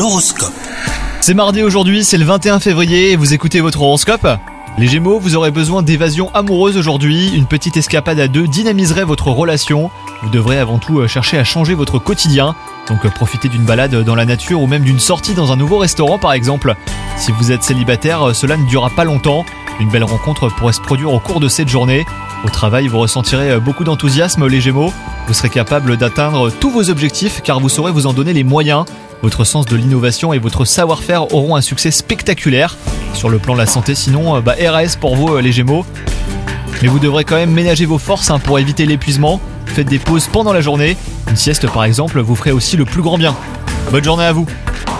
L'horoscope. C'est mardi aujourd'hui, c'est le 21 février et vous écoutez votre horoscope. Les Gémeaux, vous aurez besoin d'évasion amoureuse aujourd'hui. Une petite escapade à deux dynamiserait votre relation. Vous devrez avant tout chercher à changer votre quotidien. Donc profitez d'une balade dans la nature ou même d'une sortie dans un nouveau restaurant par exemple. Si vous êtes célibataire, cela ne durera pas longtemps. Une belle rencontre pourrait se produire au cours de cette journée. Au travail, vous ressentirez beaucoup d'enthousiasme les Gémeaux. Vous serez capable d'atteindre tous vos objectifs car vous saurez vous en donner les moyens. Votre sens de l'innovation et votre savoir-faire auront un succès spectaculaire. Sur le plan de la santé sinon, RAS pour vous les Gémeaux. Mais vous devrez quand même ménager vos forces pour éviter l'épuisement. Faites des pauses pendant la journée. Une sieste par exemple vous ferait aussi le plus grand bien. Bonne journée à vous.